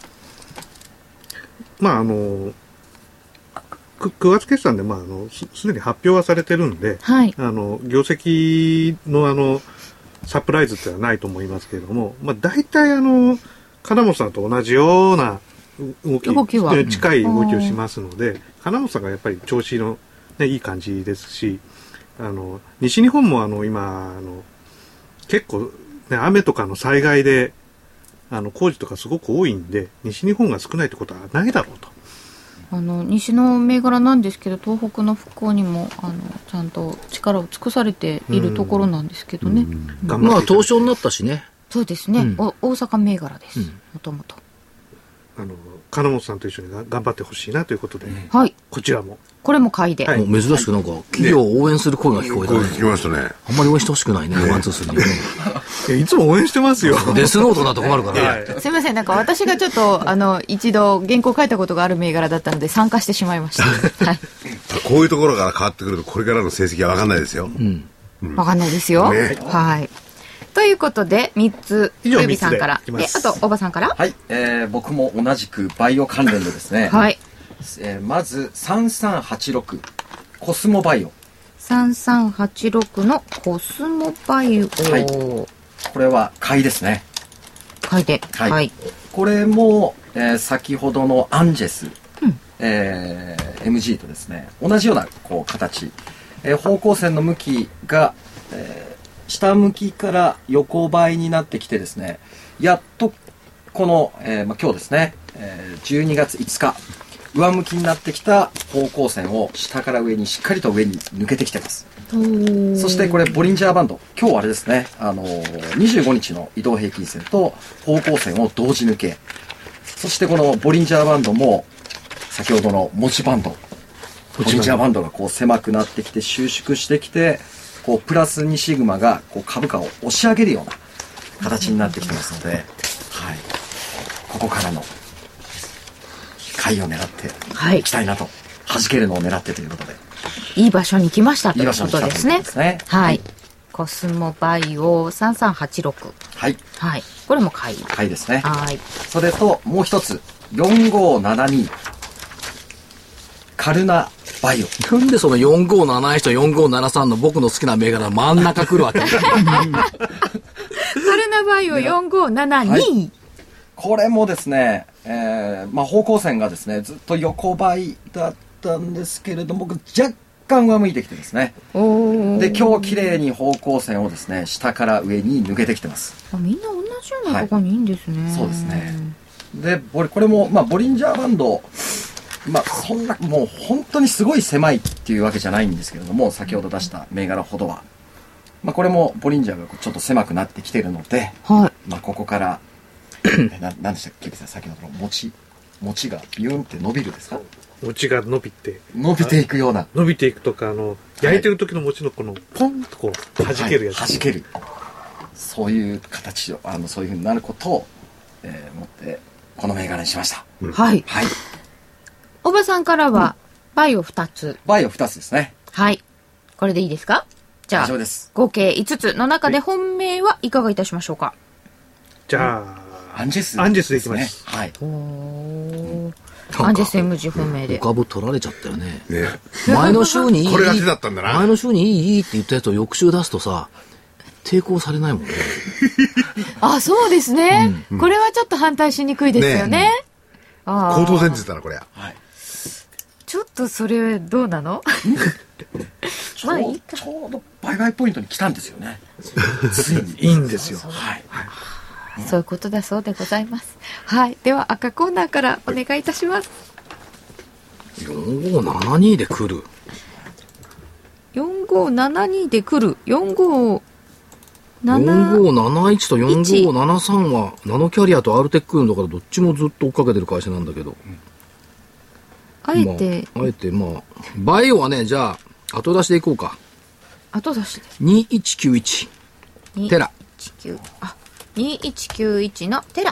E: 9月決算で、すでに発表はされてるんで、業績のサプライズってのはないと思いますけれども、大体金本さんと同じような動きは近い動きをしますので、金本さんがやっぱり調子の、いい感じですし、西日本も今結構、雨とかの災害で工事とかすごく多いんで、西日本が少ないってことはないだろうと。
D: 西の銘柄なんですけど、東北の復興にもちゃんと力を尽くされているところなんですけどね。
A: 東証になったしね。
D: そうですね、大阪銘柄です、もともと。
E: 金本さんと一緒に頑張ってほしいなということで、
D: はい、
E: こちらも
D: これも買いで、
A: もう珍しくなんか企業を応援する声が聞こえたね。
G: 聞きましたね。
A: あんまり応援してほしくないね、ワンツースリーね。
E: いつも応援してますよ。
A: デスノートだと困るからね。
D: すいません、なんか私がちょっと一度原稿書いたことがある銘柄だったので参加してしまいました。はい。
G: こういうところから変わってくるとこれからの成績は分かんないですよ。
D: 分かんないですよ。ね、はい。ということで3つゆびさんからで、あとおばさんから。
F: はい、僕も同じくバイオ関連でですね。
D: はい。
F: まず3386コスモバイオ。
D: 3386のコスモバイオ。はい。
F: これは買いですね。
D: 買いで。
F: はい。はい、これも、先ほどのアンジェス、MG とですね同じようなこう形、方向線の向きが、下向きから横ばいになってきてですね、やっとこの、今日ですね、12月5日上向きになってきた方向線を下から上にしっかりと上に抜けてきてます。そしてこれボリンジャーバンド、今日はあれですね、25日の移動平均線と方向線を同時抜け、そしてこのボリンジャーバンドも先ほどの持ちバンド、ボリンジャーバンドがこう狭くなってきて収縮してきて、こうプラス2シグマがこう株価を押し上げるような形になってきてますので、はい、ここからの買いを狙っていきたいなと、弾けるのを狙ってということで、
D: いい場所に来ましたということですね。はい。コスモバイオ3386。
F: はい。
D: はい。これも買い。
F: 買いですね。
D: はい。
F: それともう一つ4572カルナバイオ。
A: なんでその4571と4573の僕の好きな銘柄真ん中来るわけカル
D: ナバイオ4572、はい、
F: これもですね、方向線がですねずっと横ばいだったんですけれども若干上向いてきてですね、で今日綺麗に方向線をですね下から上に抜けてきてます。
D: みんな同じようなところにいいんですね、
F: はい、そうですね。でこれも、ボリンジャーバンド、そんなもう本当にすごい狭いっていうわけじゃないんですけれども、先ほど出した銘柄ほどは、これもボリンジャーがちょっと狭くなってきているので、
D: はい、
F: ここから何でしたっけ、先ほどの餅がビューンって伸びるですか、
E: 餅が伸びて
F: いくような、
E: 伸びていくとか焼いてる時の餅のこのポンとこう弾けるやつ、
F: 弾ける、そういう形をそういうふうになることを、持ってこの銘柄にしました。
D: はい、
F: はい。
D: おばさんからはバイオ2つ。
F: バイオ2つですね。
D: はい。これでいいですか？じゃあ合計5つの中で本命はいかがいたしましょうか？
E: じゃあ、
F: アンジェス
E: でいきます。
F: はい。
D: アンジェス MG 本命で。
A: 株取られちゃったよね。前の週にいい。
G: これが手だったんだな。
A: 前の週にいいって言ったやつを翌週出すとさ、抵抗されないもんね。
D: あ、そうですね。これはちょっと反対しにくいですよね。
G: 高等戦術だな、これ。はい。
D: ちょっとそれどうなの？
F: ちょうど売買ポイントに来たんですよね。
E: ついにいいんですよ。
F: はい。
D: そういうことだそうでございます。はい。では赤コーナーからお願いいたします。
A: 4572で来る。
D: 4572で来る。4571
A: と4573はナノキャリアとアルテックのだからどっちもずっと追っかけてる会社なんだけど。
D: あえて
A: バイオはね、じゃあ後出しでいこうか。
D: 後出しで
A: 2191テラ。
D: 2191のテラ。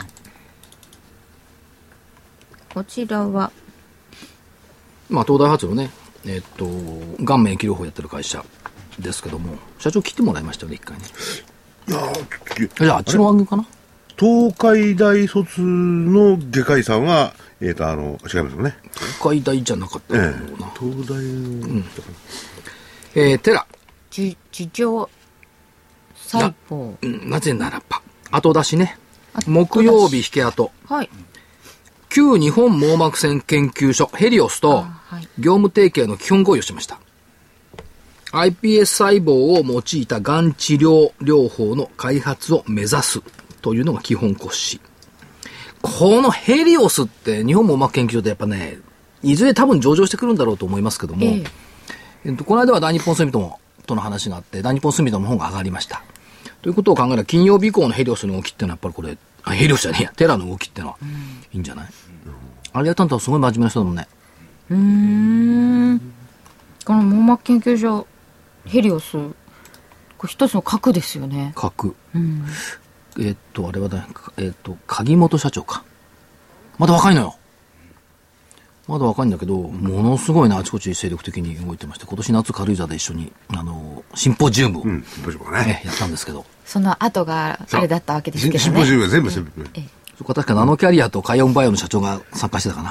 D: こちらは
A: 東大発のね、顔面液療法やってる会社ですけども、社長切ってもらいましたよね、一回ね。じゃああっちの番組かな。
G: 東海大卒の外科医さんは違いますよね。
A: 東海大じゃなかったと思うな。
G: 東大の、
A: テラ
D: 地上細胞、
A: なぜならば後出しね。木曜日引け跡、
D: はい、
A: 旧日本網膜線研究所ヘリオスと業務提携の基本合意をしました。iPS 細胞を用いたがん治療療法の開発を目指すというのが基本骨子。このヘリオスって日本網膜研究所ってやっぱね、いずれ多分上場してくるんだろうと思いますけども、この間は大日本住友との話があって、大日本住友の本が上がりました。 ということを考えたら、金曜日以降のヘリオスの動きってのは、やっぱりこれ、ヘリオスじゃねえや、テラの動きってのは、いいんじゃない、あれやったんだとすごい真面目な人だもんね。
D: この網膜研究所、ヘリオス、これ一つの核ですよね。
A: 核。あれはね、鍵本社長か。まだ若いのよ。まだ若いんだけど、ものすごいね、あちこち精力的に動いてまして、今年夏軽井沢で一緒に、シンポジウムを、やったんですけど。
D: その後があれだったわけですけどね。
G: シンポジウムは全部。
A: そこは確かナノキャリアとカイオンバイオの社長が参加してたかな。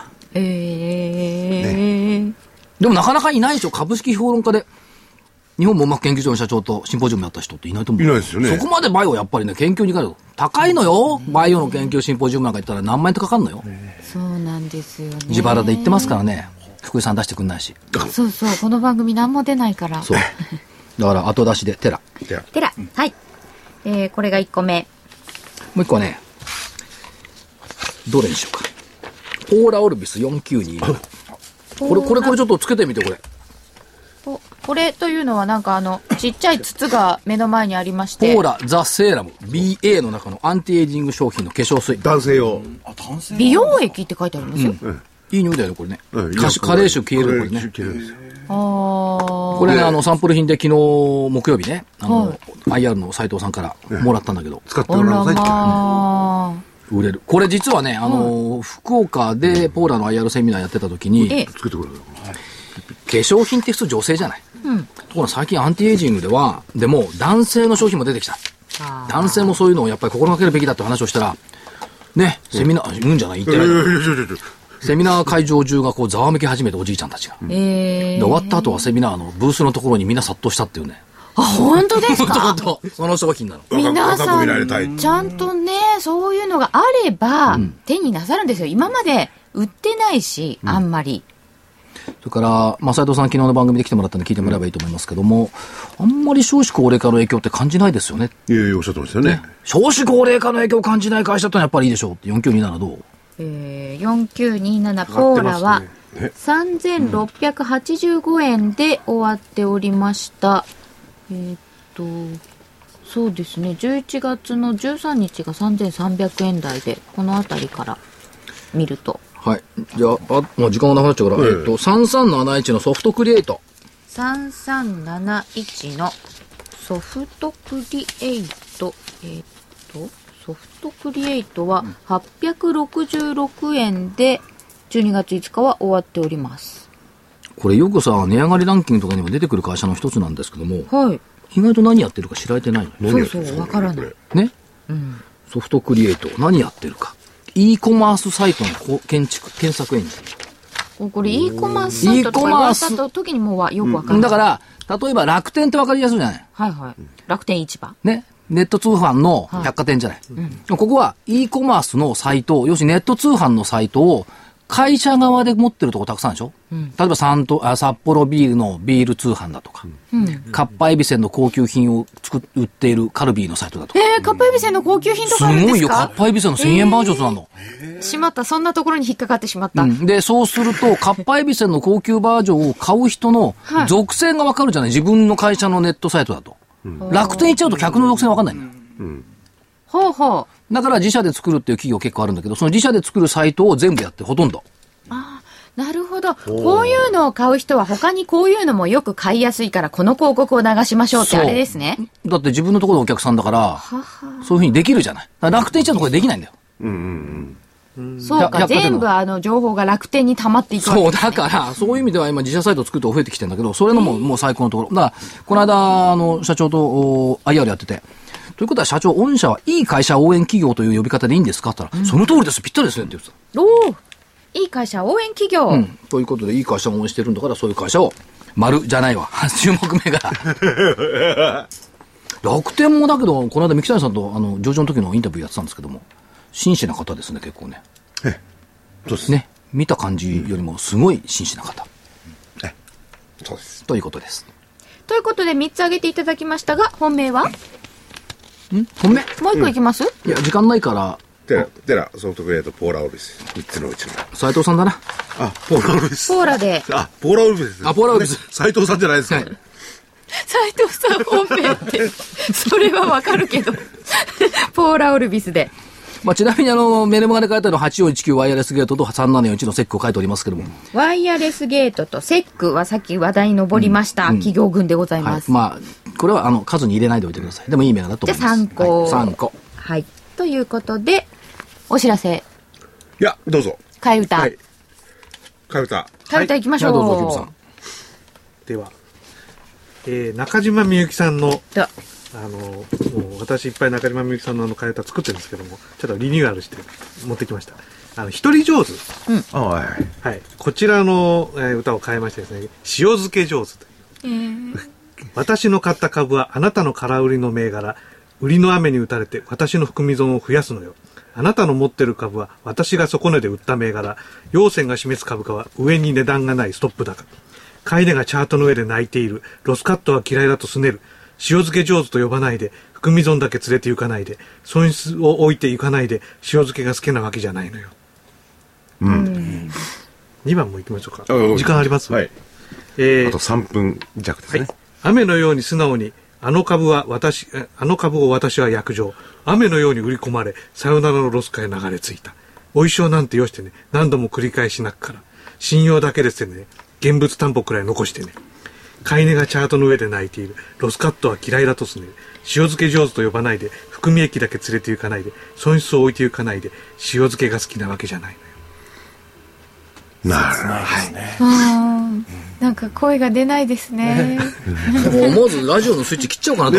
A: でもなかなかいないでしょ、株式評論家で。日本網膜研究所の社長とシンポジウムやった人っていないと思う。
G: いないですよね。
A: そこまでバイオやっぱりね、研究に行かないと。高いのよ。バイオの研究シンポジウムなんか行ったら何万円とかかるのよ。
D: そうなんですよね。
A: 自腹で行ってますからね。福井さん出してくんないし。
D: そうそう、この番組何も出ないから。
A: そう。だから後出しでテラ。
D: はい。これが1個目。
A: もう1個はね、どれにしようか。ポーラオルビス4920。これちょっとつけてみて、これ。
D: これというのはなんかちっちゃい筒が目の前にありまして。
A: ポーラザ・セーラム BA の中のアンティエイジング商品の化粧水。
G: 男性用。
D: 美容液って書いてありますよ。
A: いい匂いだよね、これね。加齢臭消えるこれね。これね、サンプル品で昨日木曜日ね、IR の斉藤さんからもらったんだけど。
G: 使ってもらわない
A: って売れる。これ実はね、福岡でポーラの IR セミナーやってた時に、
G: 作ってくれる。
A: 化粧品って普通女性じゃない。ところが最近アンティエイジングでも男性の商品も出てきた。男性もそういうのをやっぱり心がけるべきだって話をしたら、ね、セミナー、じゃない、言ってない。セミナー会場中がこうざわめき始めて、おじいちゃんたちが。で、終わった後はセミナーのブースのところにみんな殺到したっていうね。
D: 本当ですか？
A: 本当。その商品なの。
D: 皆さん、ちゃんとね、そういうのがあれば、手になさるんですよ。今まで売ってないし、あんまり。
A: それから、斉藤さん昨日の番組で来てもらったんで聞いてもらえばいいと思いますけども、あんまり少子高齢化の影響って感じないですよね。
G: いやおっしゃってましたよね。
A: 少子高齢化の影響を感じない会社ってのはやっぱりいいでしょうって。4927どう
D: ？4927ポーラは3685円で終わっておりました。そうですね、11月の13日が3300円台で、このあたりから見ると。
A: はい。じゃあ、もう時間がなくなっちゃうから、3371のソフトクリエイト。
D: 3371のソフトクリエイト。ソフトクリエイトは866円で、12月5日は終わっております。
A: これよくさ、値上がりランキングとかにも出てくる会社の一つなんですけども、
D: はい。
A: 意外と何やってるか知られてないの。
D: そう、わからない。
A: ね。ソフトクリエイト、何やってるか。e コマースサイトの検索エンジ
D: ン。これ e コマースサイトとか言われた時にもうよくわかる。
A: だから、例えば楽天ってわかりやすいじゃない。
D: はいはい。楽天市場。
A: ね。ネット通販の百貨店じゃない。ここは e コマースのサイト、要するにネット通販のサイトを会社側で持ってるとこたくさんでしょ、例えば札幌ビールのビール通販だとか、かっぱえびせんの高級品を売っているカルビーのサイトだとか。
D: かっぱえびせんの高級品とかあるんですか？
A: すごいよ、かっぱえびせんの1000円バージョンなの。
D: しまった、そんなところに引っかかってしまった。
A: で、そうすると、かっぱえびせんの高級バージョンを買う人の属性がわかるじゃない、自分の会社のネットサイトだと。楽天行っちゃうと客の属性わかんないのよ。
D: ほうほう。
A: だから自社で作るっていう企業結構あるんだけど、その自社で作るサイトを全部やって、ほとんど。
D: ああ、なるほど。こういうのを買う人は他にこういうのもよく買いやすいから、この広告を流しましょうってあれですね。
A: だって自分のところのお客さんだから、そういうふうにできるじゃない。楽天行っちゃうとこれできないんだよ。
D: そうか、全部情報が楽天に溜まっていくわけですね。
A: そう、だから、そういう意味では今自社サイト作ると増えてきてるんだけど、それのもう最高のところ。だから、この間、社長と IR やってて、ということは社長、御社はいい会社応援企業という呼び方でいいんですかって言ったら、その通りです、ぴったりですねって言ってた。
D: おー、いい会社応援企業。
A: ということで、いい会社を応援してるんだから、そういう会社を、丸じゃないわ。注目銘柄。楽天もだけど、この間、三木谷さんと、上場の時のインタビューやってたんですけども、真摯な方ですね、結構ね。
G: そうです
A: ね。見た感じよりも、すごい真摯な方。
G: そうです。
A: ということです。
D: ということで、3つ挙げていただきましたが、本命は
A: 本命
D: もう1個いきます？
A: いや、時間ないから。
G: テラ、ソフトクリエイト、ポーラオルビス。3つのうちの。
A: 斉藤さんだな。
G: ポーラオルビス。
D: ポーラで。
G: ポーラオルビスです。
A: ポーラオルビス。
G: 斉藤さんじゃないですか。
D: 斉藤さん本命ってそれはわかるけどポーラ・オルビスで、
A: まあ、ちなみにメルマガで書いてある8419ワイヤレスゲートと3741のセックを書いておりますけども、
D: ワイヤレスゲートとセックはさっき話題に上りました、企業群でございます、
A: はい、まあこれは数に入れないでおいてください。でもいい銘柄だと思います。
D: じゃあ3個、
A: はい、3個、
D: はい、ということでお知らせ、
G: いやどうぞ。
D: 替え歌、
G: はい、替え歌、
D: 替え歌いきましょう、
A: はい、どうぞキムさん。
E: では、中島みゆきさんのもう私いっぱい中島みゆきさんの替え歌作ってるんですけども、ちょっとリニューアルして持ってきました。一人上手、
G: はい、
E: こちらの、歌を変えましてですね、塩漬け上手という、私の買った株はあなたの空売りの銘柄、売りの雨に打たれて私の含み損を増やすのよ。あなたの持ってる株は私が底値で売った銘柄、陽線が示す株価は上に値段がないストップ高、買い値がチャートの上で泣いている、ロスカットは嫌いだとすねる、塩漬け上手と呼ばないで、含み損だけ連れて行かないで、損失を置いて行かないで、塩漬けが好きなわけじゃないのよ。2番も行きましょうか。時間あります？
G: はい。あと3分弱ですね。はい、
E: 雨のように素直に、あの株を私は約定。雨のように売り込まれ、さよならのロスカへ流れ着いた。お衣装なんてよしてね、何度も繰り返し泣くから。信用だけですね、現物担保くらい残してね。買い値がチャートの上で泣いている。ロスカットは嫌いだとすね。塩漬け上手と呼ばないで、含み益だけ連れて行かないで、損失を置いて行かないで、塩漬けが好きなわけじゃないのよ。
G: なるほどですね。
D: なんか声が出ないですね。
A: もう思わずラジオのスイッチ切っちゃおうかなと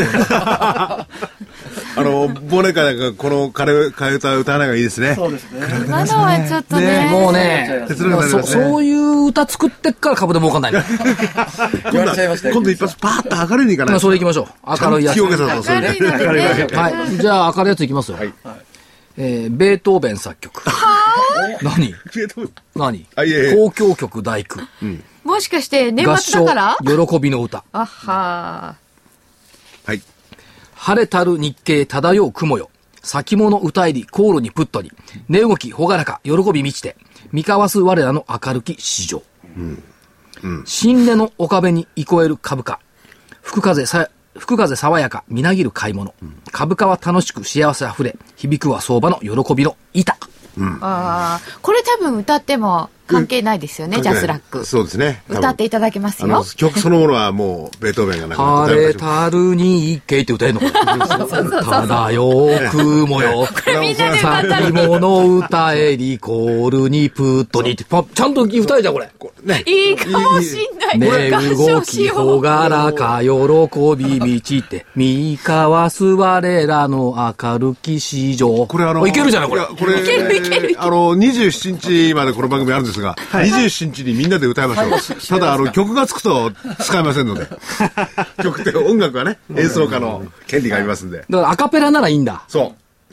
A: 思って。
G: 忘年会なんかこの替え歌歌わない方がいいですね。
F: そうですね。
D: 今のはちょっとね。
A: もうね、そういう歌作ってっから株で儲かんないの。
F: 言われちゃいました。
G: 今度一発パーッと明るいのいかない。
A: それいきましょう。明るいやつ。
D: 明るいのでね。
A: はい。じゃあ明るいやついきますよ。ベートーベン作曲。何交響曲第9。
D: もしかして年末だから
A: 喜びの歌。
D: あは
G: ー。はい。
A: 晴れたる日経漂う雲よ。先物歌入り航路にぷっとり。値動きほがらか喜び満ちて。見交わす我らの明るき市場。新値の岡部に憩える株価。吹く風爽やかみなぎる買い物。株価は楽しく幸せあふれ。響くは相場の喜びの板。
D: これ多分歌っても関係ないですよね、ジャスラック。
G: そうですね。
D: 歌っていただけますよ。
G: 曲そのものはもうベートーベンがなくなって
A: 晴れたる日経って歌えるのかな。漂う雲よ。先物歌えりコールにプッとにってちゃんと歌えじゃんこれ。
D: いいかもしんない。
A: ね動きほがらか喜び満ちて見交わす我らの明るき市場。
G: これ
A: いけるじゃないこれ。
D: いけるいける。
G: 27日までこの番組あるんですが、27日にみんなで歌いましょう。ただ曲がつくと使えませんので。曲って音楽はね、演奏家の権利がありますんで。
A: だからアカペラならいいんだ。
G: そう。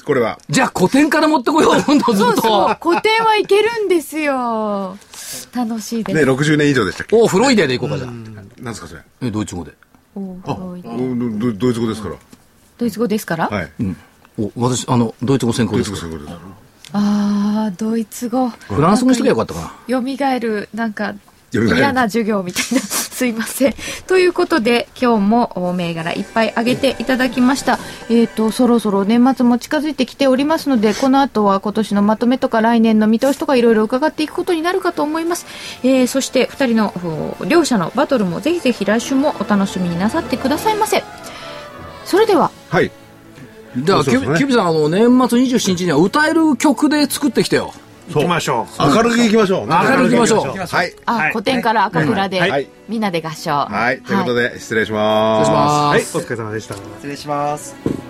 G: これは。
A: じゃあ古典から持ってこよう、ずっと。
D: そう古典はいけるんですよ。楽しいです。
G: ね、60年以上でしたっけ。
A: フロイデでいこうか、じゃあ。
G: 何ですか、それ。
A: ドイツ語で。
G: ドイツ語ですから。
D: ドイツ語ですから。
G: はい。
A: 私、ドイツ語専攻です。
D: ドイツ語。
A: フランス語にしときゃよかったかな。
D: 蘇る、なんか、嫌な授業みたいな。すいません。ということで、今日も銘柄いっぱい上げていただきました。そろそろ年末も近づいてきておりますので、この後は今年のまとめとか来年の見通しとかいろいろ伺っていくことになるかと思います。そして2人の両者のバトルもぜひぜひ来週もお楽しみになさってくださいませ。それでは。
G: はい。
A: じゃあ、キュビさん、年末27日には歌える曲で作ってきてよ。
E: 行きましょう。
G: 明るく行きましょう。
A: 明るく行きましょう。
G: はい。
D: 古典からアカペラで、みんなで合唱。
G: はい。ということで、失礼します。
A: 失礼します。
E: はい、お疲れ様でした。
F: 失礼します。